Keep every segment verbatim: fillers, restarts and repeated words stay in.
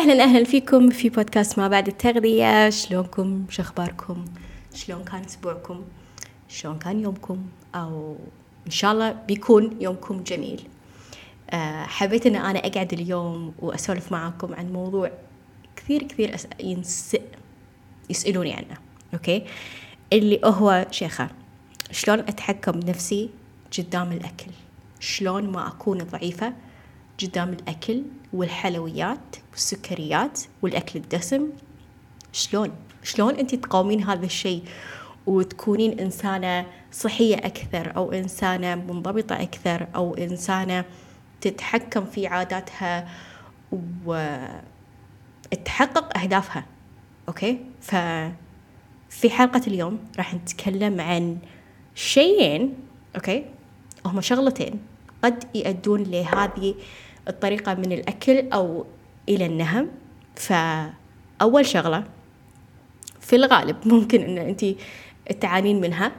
أهلا أهلا فيكم في بودكاست ما بعد التغذية. شلونكم؟ شخباركم؟ شلون كان أسبوعكم؟ شلون كان يومكم؟ أو إن شاء الله بيكون يومكم جميل. أه حبيت أن أنا أقعد اليوم وأسولف معاكم عن موضوع كثير كثير أس... ينس... يسألوني عنه. أوكي، اللي هو شيخة شلون أتحكم بنفسي قدام الأكل، شلون ما أكون ضعيفة قدام الأكل والحلويات والسكريات والأكل الدسم. شلون شلون أنت تقاومين هذا الشيء وتكونين إنسانة صحية أكثر، أو إنسانة منضبطة أكثر، أو إنسانة تتحكم في عاداتها وتحقق أهدافها. أوكي، ففي حلقة اليوم راح نتكلم عن شيئين، أوكي، هما شغلتين قد يؤدون لهذه الطريقة من الأكل أو إلى النهم. فأول شغلة في الغالب ممكن أن أنت تعانين منها،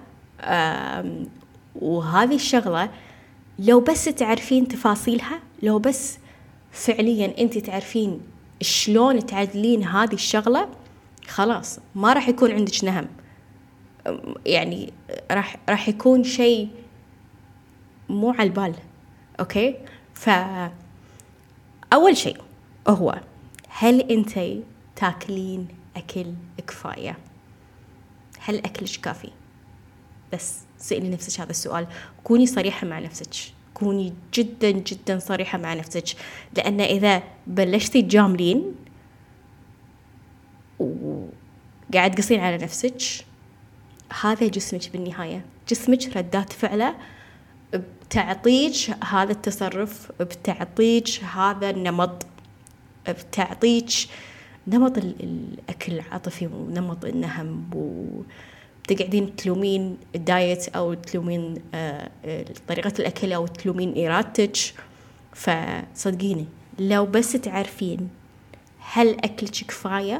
وهذه الشغلة لو بس تعرفين تفاصيلها، لو بس فعليا أنت تعرفين شلون تعدلين هذه الشغلة، خلاص ما راح يكون عندك نهم. يعني راح راح يكون شيء مو على البال. أوكي، فأول شيء هو هل أنتي تاكلين أكل كفاية؟ هل أكلش كافي؟ بس سألي نفسك هذا السؤال، كوني صريحة مع نفسك، كوني جدا جدا صريحة مع نفسك، لأن إذا بلشتي تجاملين وقاعد قصين على نفسك، هذا جسمك بالنهاية، جسمك ردات فعله بتعطيك هذا التصرف، بتعطيك هذا النمط، بتعطيك نمط الأكل العاطفي ونمط النهم، وتقعدين تلومين الدايت أو تلومين طريقة الأكل أو تلومين إرادتك. فصدقيني لو بس تعرفين هل أكلك كفاية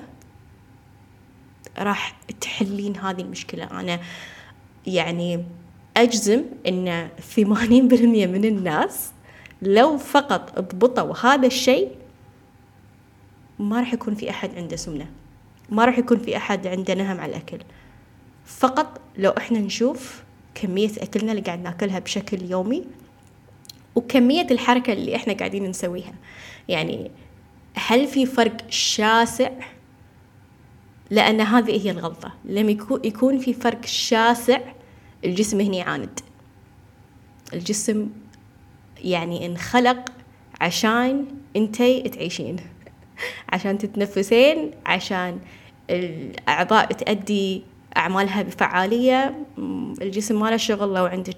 راح تحلين هذه المشكلة. أنا يعني أجزم إن ثمانين بالمئة من الناس لو فقط ضبطوا هذا الشيء ما راح يكون في أحد عنده سمنة، ما راح يكون في أحد عنده نهم على الأكل. فقط لو إحنا نشوف كمية أكلنا اللي قاعد ناكلها بشكل يومي وكمية الحركة اللي إحنا قاعدين نسويها، يعني هل في فرق شاسع؟ لأن هذه هي الغلطة، لما يكون في فرق شاسع الجسم هنا يعاند. الجسم يعني انخلق عشان انتي تعيشين، عشان تتنفسين، عشان الأعضاء تأدي أعمالها بفعالية. الجسم ما له شغل لو عندك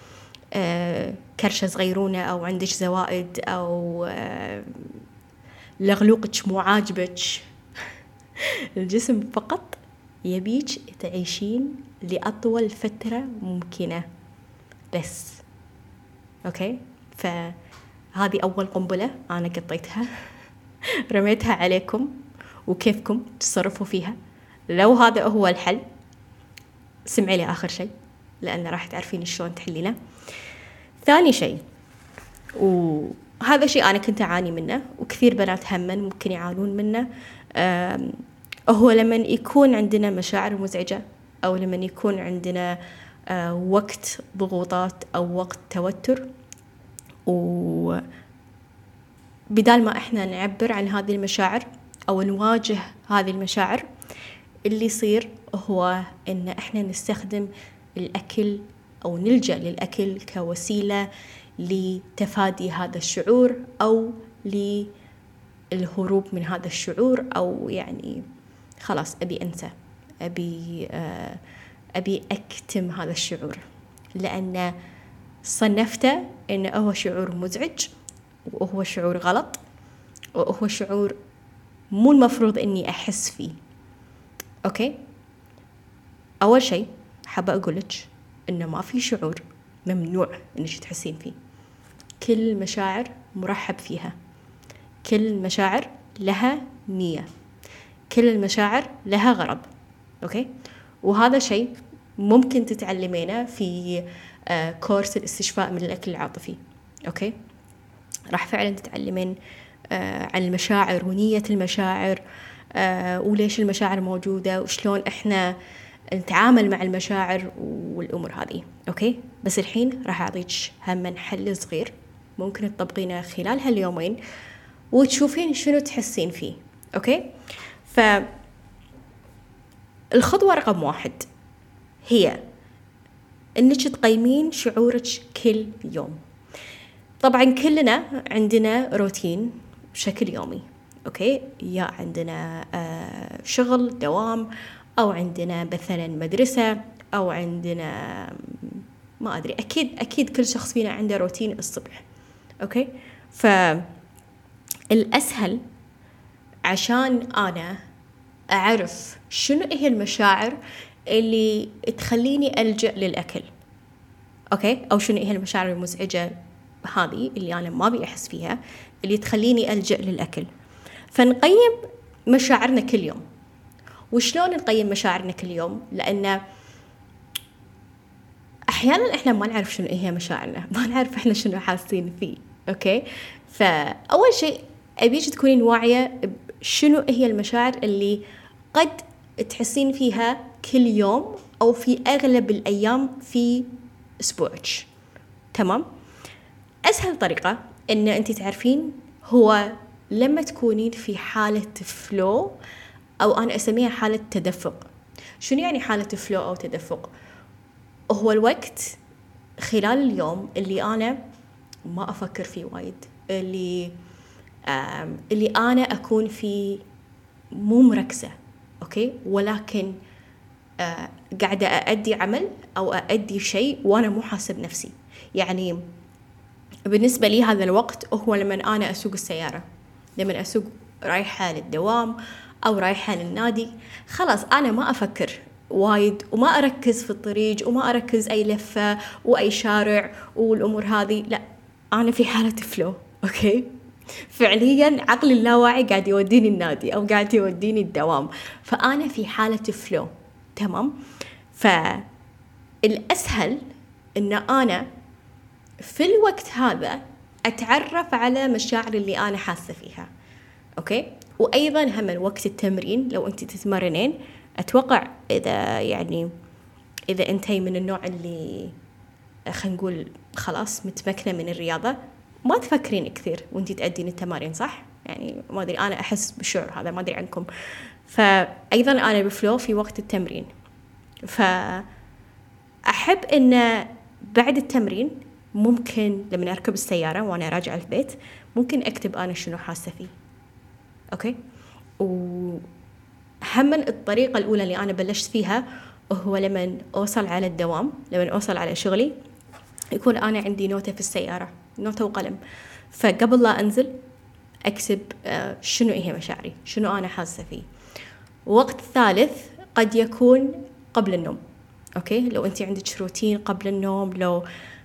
كرشة صغيرونة أو عندك زوائد أو لغلوقك مو عاجبك. الجسم فقط يبيك تعيشين لأطول فترة ممكنة بس. أوكي، فهذه أول قنبلة أنا قطيتها رميتها عليكم وكيفكم تصرفوا فيها. لو هذا هو الحل سمعي لي آخر شيء، لأن راح تعرفين شلون تحلينه. ثاني شيء، وهذا شيء أنا كنت أعاني منه وكثير بنات همًا ممكن يعانون منه، هو لما يكون عندنا مشاعر مزعجة، أو لما يكون عندنا وقت ضغوطات أو وقت توتر، وبدال ما إحنا نعبر عن هذه المشاعر أو نواجه هذه المشاعر، اللي يصير هو إن إحنا نستخدم الأكل أو نلجأ للأكل كوسيلة لتفادي هذا الشعور أو للهروب من هذا الشعور، أو يعني خلاص أبي أنسى، أبي أبي أكتم هذا الشعور، لأن صنفته إنه هو شعور مزعج وهو شعور غلط وهو شعور مو المفروض إني أحس فيه. أوكي، أول شيء حابة أقولك إنه ما في شعور ممنوع إنك تحسين فيه. كل المشاعر مرحب فيها، كل المشاعر لها نية، كل المشاعر لها غرض. أوكي، وهذا شيء ممكن تتعلمينه في كورس الاستشفاء من الأكل العاطفي. أوكي، راح فعلا تتعلمين آه عن المشاعر ونية المشاعر، آه وليش المشاعر موجودة وشلون إحنا نتعامل مع المشاعر والأمور هذه. أوكي، بس الحين راح أعطيك هم حل صغير ممكن تطبقينه خلال هاليومين وتشوفين شنو تحسين فيه. أوكي، فالخطوة رقم واحد هي إنك تقيمين شعورك كل يوم. طبعا كلنا عندنا روتين بشكل يومي، أوكي، يا عندنا آه شغل دوام، أو عندنا مثلا مدرسة، أو عندنا ما أدري، أكيد أكيد كل شخص فينا عنده روتين الصبح. أوكي، فالأسهل عشان أنا أعرف شنو هي المشاعر اللي تخليني ألجأ للأكل، أوكي، أو شنو هي المشاعر المزعجة هذه اللي أنا ما أبي أحس فيها اللي تخليني ألجأ للأكل. فنقيم مشاعرنا كل يوم. وشلون نقيم مشاعرنا كل يوم؟ لأن أحيانا إحنا ما نعرف شنو هي مشاعرنا، ما نعرف إحنا شنو حاسين فيه. أوكي، فأول شيء أبيك تكونين واعية شنو هي المشاعر اللي قد تحسين فيها كل يوم أو في أغلب الأيام في أسبوعك. تمام؟ أسهل طريقة إن أنت تعرفين هو لما تكونين في حالة فلو، أو أنا أسميها حالة تدفق. شنو يعني حالة فلو أو تدفق؟ هو الوقت خلال اليوم اللي أنا ما أفكر فيه وايد، اللي اللي أنا أكون فيه مو مركزة، أوكي، ولكن آه قاعدة أأدي عمل أو أأدي شيء وأنا مو حاسة بنفسي. يعني بالنسبة لي هذا الوقت هو لما أنا أسوق السيارة، لما أسوق رايحة للدوام أو رايحة للنادي. خلاص أنا ما أفكر وايد وما أركز في الطريق وما أركز أي لفة وأي شارع والأمور هذه، لا، أنا في حالة فلو. أوكي، فعليا عقلي اللاواعي قاعد يوديني النادي أو قاعد يوديني الدوام، فأنا في حالة فلو. تمام، فالأسهل إن أنا في الوقت هذا أتعرف على مشاعر اللي أنا حاسة فيها. أوكي، وأيضا هم وقت التمرين لو أنت تتمرنين، أتوقع إذا يعني إذا أنتي من النوع اللي خلينا نقول خلاص متمكنة من الرياضة، ما تفكرين كثير وأنتي تأدين التمارين، صح؟ يعني ما أدري، أنا أحس بالشعور هذا، ما أدري عنكم. فأيضا أنا بفلو في وقت التمرين، فأحب إن بعد التمرين ممكن لما أركب السيارة وأنا راجعة البيت ممكن أكتب أنا شنو حاسة فيه. أوكي، وهمن الطريقة الأولى اللي أنا بلشت فيها هو لما أوصل على الدوام، لما أوصل على شغلي يكون أنا عندي نوتة في السيارة، نوتة وقلم، فقبل لا أنزل أكتب شنو هي مشاعري، شنو أنا حاسة فيه. وقت ثالث قد يكون قبل النوم. أوكي، لو أنت عندك روتين قبل النوم، لو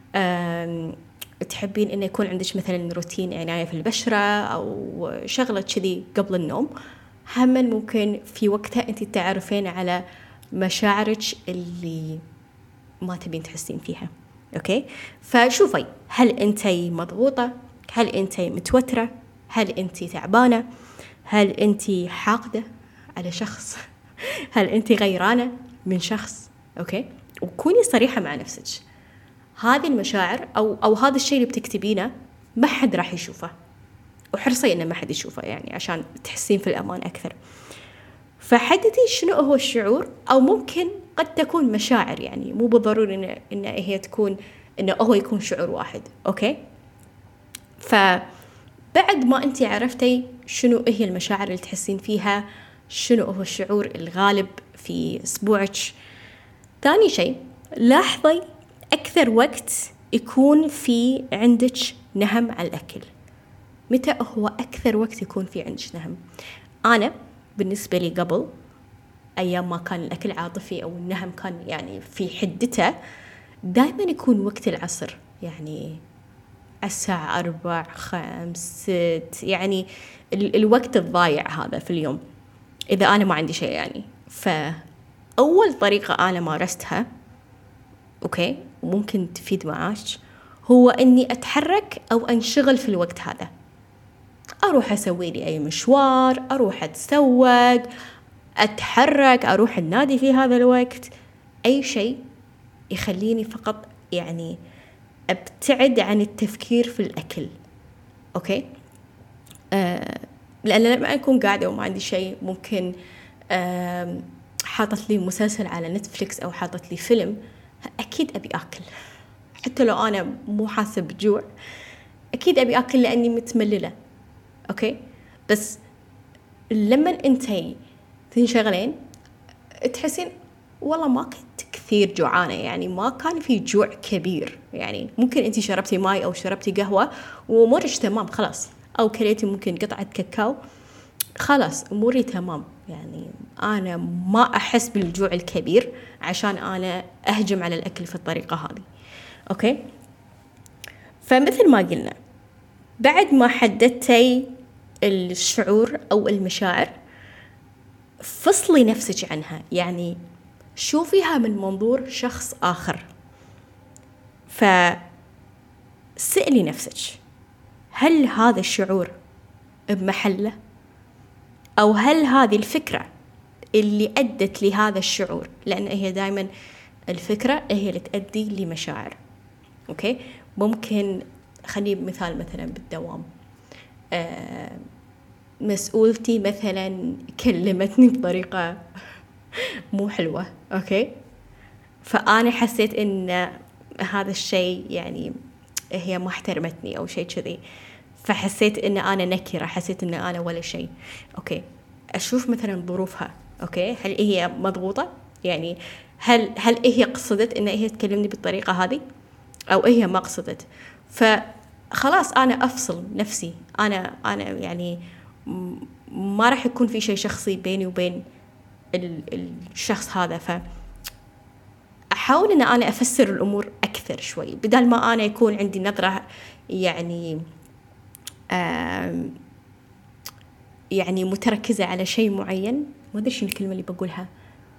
تحبين إنه يكون عندك مثلا روتين عناية في البشرة أو شغلة كذي قبل النوم، هم ممكن في وقتها أنت تعرفين على مشاعرك اللي ما تبين تحسين فيها. أوكي، فشوفي هل أنتي مضغوطة، هل أنتي متوترة، هل أنتي تعبانة، هل أنتي حاقدة على شخص، هل أنتي غيرانة من شخص. أوكي، وكوني صريحة مع نفسك. هذه المشاعر أو أو هذا الشيء اللي بتكتبينه ما حد راح يشوفه، وحرصي إنه ما حد يشوفه، يعني عشان تحسين في الأمان أكثر. فحددي شنو هو الشعور، أو ممكن قد تكون مشاعر، يعني مو بالضروري إن إن هي تكون إنه هو يكون شعور واحد. أوكي، فبعد ما أنتي عرفتي شنو هي المشاعر اللي تحسين فيها، شنو هو الشعور الغالب في أسبوعك، ثاني شيء لاحظي أكثر وقت يكون في عندك نهم على الأكل. متى هو أكثر وقت يكون في عندك نهم؟ أنا بالنسبة لي قبل أيام ما كان الأكل عاطفي أو النهم كان يعني في حدته، دائما يكون وقت العصر، يعني الساعة أربع خمس ست، يعني ال- الوقت الضايع هذا في اليوم إذا أنا ما عندي شيء يعني. فأول طريقة أنا مارستها، أوكي، وممكن تفيد معاش، هو أني أتحرك أو أنشغل في الوقت هذا. أروح أسوي لي أي مشوار، أروح أتسوق، أتحرك، أروح النادي في هذا الوقت، أي شيء يخليني فقط يعني أبتعد عن التفكير في الأكل. أوكي. آه لأن لما أكون قاعدة وما عندي شيء، ممكن آه حاطت لي مسلسل على نتفليكس أو حاطت لي فيلم، أكيد أبي أكل حتى لو أنا مو حاسة بجوع، أكيد أبي أكل لأني متمللة. أوكي. بس لما أنتي تنشغلين تحسين والله ما كنت كثير جوعانة، يعني ما كان في جوع كبير، يعني ممكن أنتي شربتي ماي أو شربتي قهوة وأمورك تمام خلاص، أو كليتي ممكن قطعة كاكاو خلاص أموري تمام. يعني أنا ما أحس بالجوع الكبير عشان أنا أهجم على الأكل في الطريقة هذه. أوكي. فمثل ما قلنا، بعد ما حددتي الشعور أو المشاعر، فصلي نفسك عنها، يعني شوفيها من منظور شخص آخر. فسألي نفسك، هل هذا الشعور بمحله؟ أو هل هذه الفكرة اللي أدت لهذا الشعور؟ لأن هي دائما الفكرة هي اللي تؤدي لمشاعر. أوكي. ممكن خليني بمثال مثلا بالدوام، آه مسؤولتي مثلا كلمتني بطريقة مو حلوة. أوكي. فأنا حسيت إن هذا الشيء يعني هي ما احترمتني أو شيء كذي، فحسيت إن أنا نكرة، حسيت إن أنا ولا شيء. أوكي. أشوف مثلا ظروفها. أوكي. هل هي مضغوطة؟ يعني هل هل هي قصدت إن هي تكلمني بالطريقة هذه أو هي ما قصدت؟ فخلاص أنا أفصل نفسي. أنا أنا يعني ما راح يكون في شيء شخصي بيني وبين الشخص هذا. ف أحاول إن أنا أفسر الأمور أكثر شوي، بدل ما أنا يكون عندي نظرة يعني يعني متركزة على شيء معين. ما أدري شو الكلمة اللي بقولها.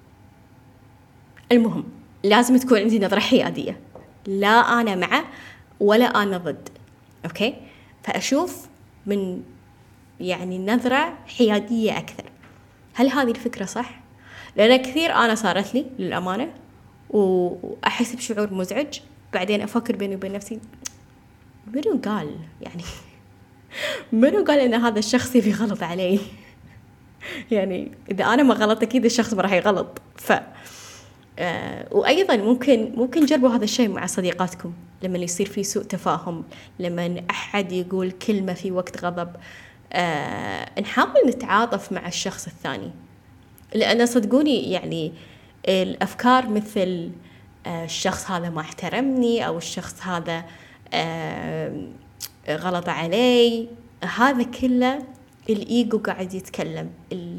المهم لازم تكون عندي نظرة حيادية، لا أنا مع ولا أنا ضد. أوكي. فأشوف من يعني نظرة حيادية أكثر، هل هذه الفكرة صح؟ لأن كثير أنا صارت لي للأمانة وأحس بشعور مزعج، بعدين أفكر بيني وبين نفسي منو قال يعني منو قال إن هذا الشخص يبي غلط علي؟ يعني إذا أنا ما غلط أكيد الشخص ما راح يغلط. ف آه وأيضا ممكن ممكن جربوا هذا الشيء مع صديقاتكم، لما يصير في سوء تفاهم، لما أحد يقول كلمة في وقت غضب، آه نحاول نتعاطف مع الشخص الثاني. لأن صدقوني يعني الأفكار مثل آه الشخص هذا ما احترمني، أو الشخص هذا آه غلط علي، هذا كله الإيجو قاعد يتكلم.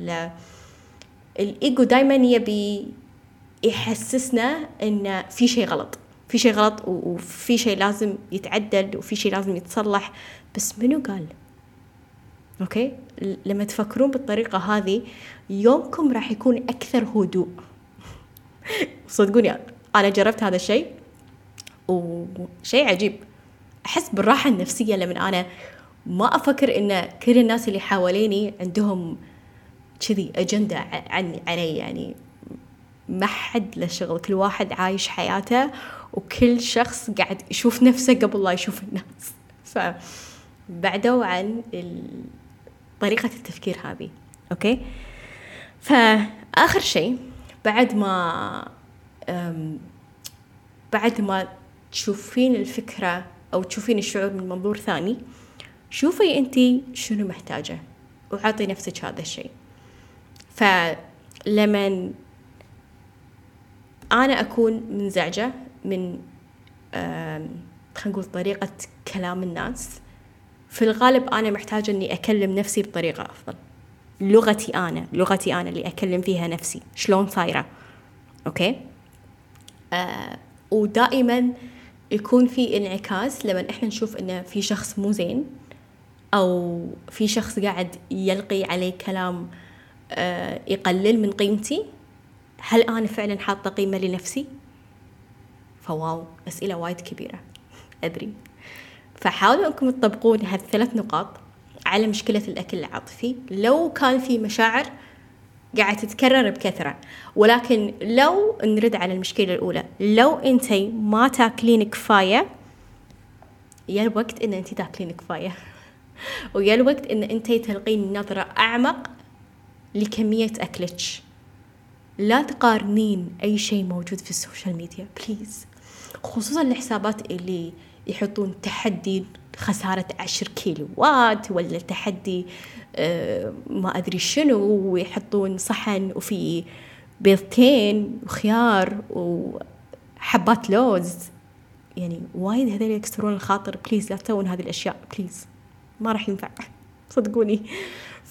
الإيجو دايما يبي يحسسنا إن في شيء غلط، في شيء غلط وفي شيء لازم يتعدل وفي شيء لازم يتصلح. بس منو قال؟ أوكي. لما تفكرون بالطريقة هذه يومكم راح يكون أكثر هدوء. صدقوني أنا جربت هذا الشيء وشيء عجيب. أحس بالراحة النفسية لما أنا ما أفكر إن كل الناس اللي حواليني عندهم كذي أجندة عني علي. يعني ما حد له شغل، كل واحد عايش حياته وكل شخص قاعد يشوف نفسه قبل لا يشوف الناس. فبعدوا عن طريقة التفكير هذه. أوكي. فآخر شيء، بعد ما بعد ما تشوفين الفكرة أو تشوفين الشعور من منظور ثاني، شوفي أنتي شنو محتاجة وعطي نفسك هذا الشيء. فلمن أنا أكون منزعجة من خلينا نقول طريقة كلام الناس، في الغالب أنا محتاجة أني أكلم نفسي بطريقة أفضل. لغتي أنا لغتي أنا اللي أكلم فيها نفسي شلون صايرة. أوكي. آه ودائما يكون في انعكاس لما إحنا نشوف إنه في شخص مو زين أو في شخص قاعد يلقي علي كلام آه يقلل من قيمتي. هل أنا فعلا حاطة قيمة لنفسي؟ فواو، أسئلة وايد كبيرة أدري. فحاولوا أنكم تطبقون هالثلاث نقاط على مشكلة الأكل العاطفي لو كان في مشاعر قاعد تتكرر بكثرة. ولكن لو نرد على المشكلة الأولى، لو أنتي ما تاكلين كفاية، يا الوقت إن أنتي تاكلين كفاية ويا الوقت إن أنتي تلقين نظرة أعمق لكمية أكلك. لا تقارنين أي شيء موجود في السوشيال ميديا بليز، خصوصا الحسابات اللي يحطون تحدي خسارة عشر كيلوات ولا تحدي آه ما أدري شنو، ويحطون صحن وفي بيضتين وخيار وحبات لوز. يعني وايد هذول يكسرون الخاطر. بليز لا تسوون هذه الأشياء بليز، ما راح ينفع صدقوني. ف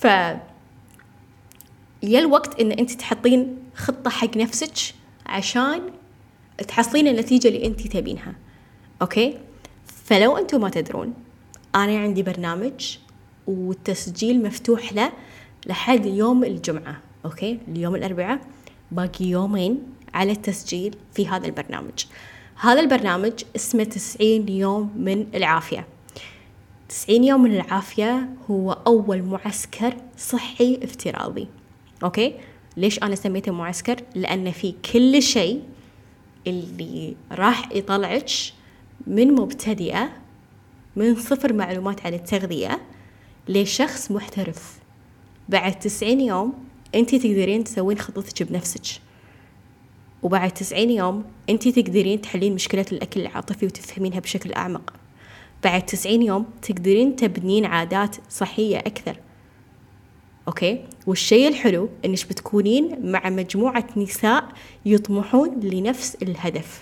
يا الوقت إن أنت تحطين خطة حق نفسك عشان تحصلين النتيجة اللي أنت تبينها. أوكي، فلو أنتم ما تدرون، أنا عندي برنامج والتسجيل مفتوح له لحد يوم الجمعة. أوكي، اليوم الأربعاء باقي يومين على التسجيل في هذا البرنامج. هذا البرنامج اسمه تسعين يوم من العافية. تسعين يوم من العافية هو أول معسكر صحي افتراضي. أوكي، ليش أنا سميته معسكر؟ لأن في كل شيء اللي راح يطلعك من مبتدئة من صفر معلومات عن التغذية لشخص محترف. بعد تسعين يوم أنت تقدرين تسوين خطتك بنفسك، وبعد تسعين يوم أنت تقدرين تحلين مشكلة الأكل العاطفي وتفهمينها بشكل أعمق. بعد تسعين يوم تقدرين تبنين عادات صحية أكثر. أوكي، والشيء الحلو إنش بتكونين مع مجموعة نساء يطمحون لنفس الهدف.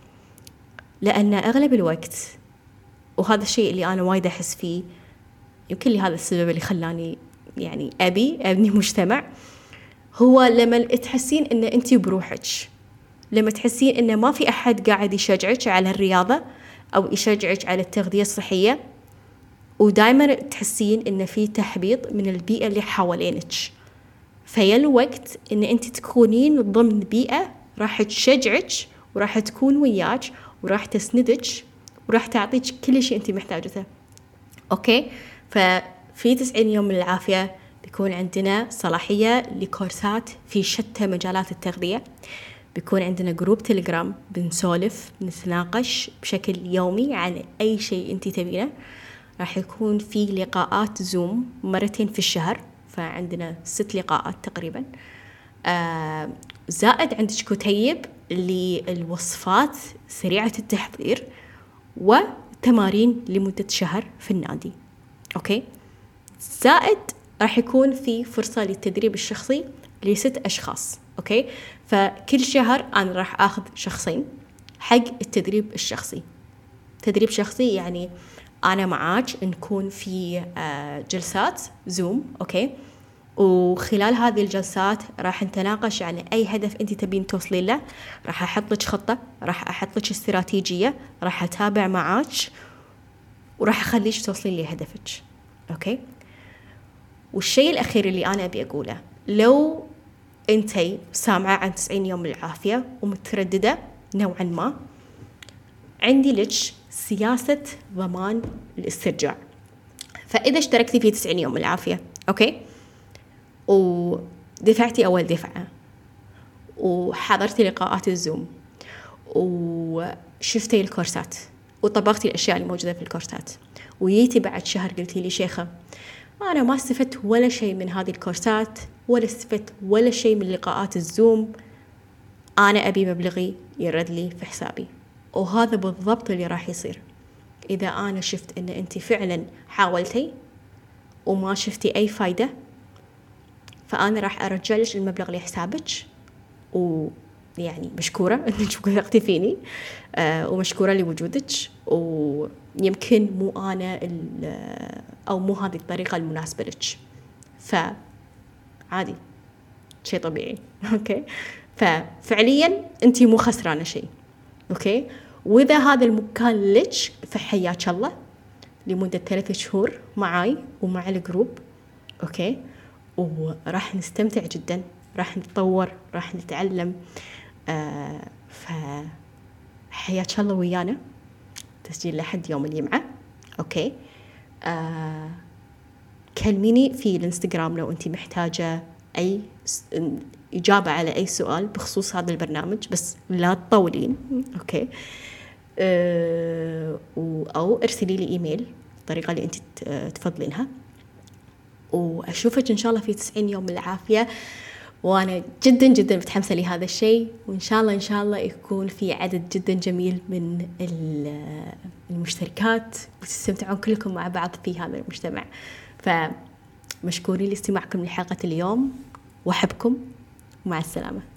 لأن أغلب الوقت، وهذا الشيء اللي أنا وايد أحس فيه، يمكن لي هذا السبب اللي خلاني يعني أبي أبني مجتمع، هو لما تحسين إن أنتي بروحك، لما تحسين إن ما في أحد قاعد يشجعك على الرياضة أو يشجعك على التغذية الصحية، ودائما تحسين إن في تحبيط من البيئة اللي حوالينك، فيا الوقت إن أنت تكونين ضمن بيئة راح تشجعك وراح تكون وياك وراح تسندك وراح تعطيك كل شيء أنت محتاجته. أوكي، ففي تسعين يوم من العافية بيكون عندنا صلاحية لكورسات في شتى مجالات التغذية. بيكون عندنا جروب تليجرام بنسولف نتناقش بشكل يومي عن أي شيء أنت تبينه. راح يكون في لقاءات زوم مرتين في الشهر، فعندنا ست لقاءات تقريبا. آه زائد عندك كتيب للوصفات سريعة التحضير وتمارين لمدة شهر في النادي. أوكي، زائد راح يكون في فرصة للتدريب الشخصي لست أشخاص. أوكي، فكل شهر أنا راح أخذ شخصين حق التدريب الشخصي. تدريب شخصي يعني أنا معاك نكون في جلسات زوم. أوكي، وخلال هذه الجلسات راح نتناقش عن أي هدف أنت تبين توصلين له. راح أحط لك خطة، راح أحط لك استراتيجية، راح أتابع معاك وراح أخليك توصلين لهدفك. أوكي، والشيء الأخير اللي أنا أبي أقوله، لو أنتي سامعة عن تسعين يوم من العافية ومترددة نوعا ما، عندي لك سياسة ضمان الاسترجاع. فإذا اشتركتي في تسعين يوم من العافية، أوكي، ودفعتي أول دفعة وحضرتي لقاءات الزوم وشفتي الكورسات وطبقتي الأشياء اللي موجودة في الكورسات، وييتي بعد شهر قلتي لي شيخة أنا ما استفدت ولا شيء من هذه الكورسات ولا استفدت ولا شيء من لقاءات الزوم، أنا أبي مبلغي يرد لي في حسابي. وهذا بالضبط اللي راح يصير. إذا أنا شفت إن أنت فعلا حاولتي وما شفتي أي فايدة، فأنا راح أرجع لك المبلغ لحسابك، ويعني مشكورة إنك وثقتي فيني، آه ومشكورة لوجودك، ويمكن مو أنا أو مو هذه الطريقة المناسبة لك، فعادي، شيء طبيعي. أوكي، ففعليا أنت مو خسرانة شيء. أوكي، وإذا هذا المكان لك فحياك الله لمدة ثلاثة شهور معاي ومع الجروب. أوكي، وراح نستمتع جدا، راح نتطور، راح نتعلم. آه فحياك الله ويانا. تسجيل لحد يوم الجمعة. أوكي، آه كلميني في الانستغرام لو أنت محتاجة أي إجابة على أي سؤال بخصوص هذا البرنامج، بس لا تطولين أوكي. أه أو ارسلي لي إيميل الطريقة اللي أنت تفضلينها، وأشوفك إن شاء الله في تسعين يوم بالعافية. وأنا جدا جدا متحمسة لهذا الشيء، وإن شاء الله إن شاء الله يكون في عدد جدا جميل من المشتركات وتستمتعون كلكم مع بعض في هذا المجتمع. فمشكورين لاستماعكم لحلقة اليوم، وأحبكم، ومع السلامة.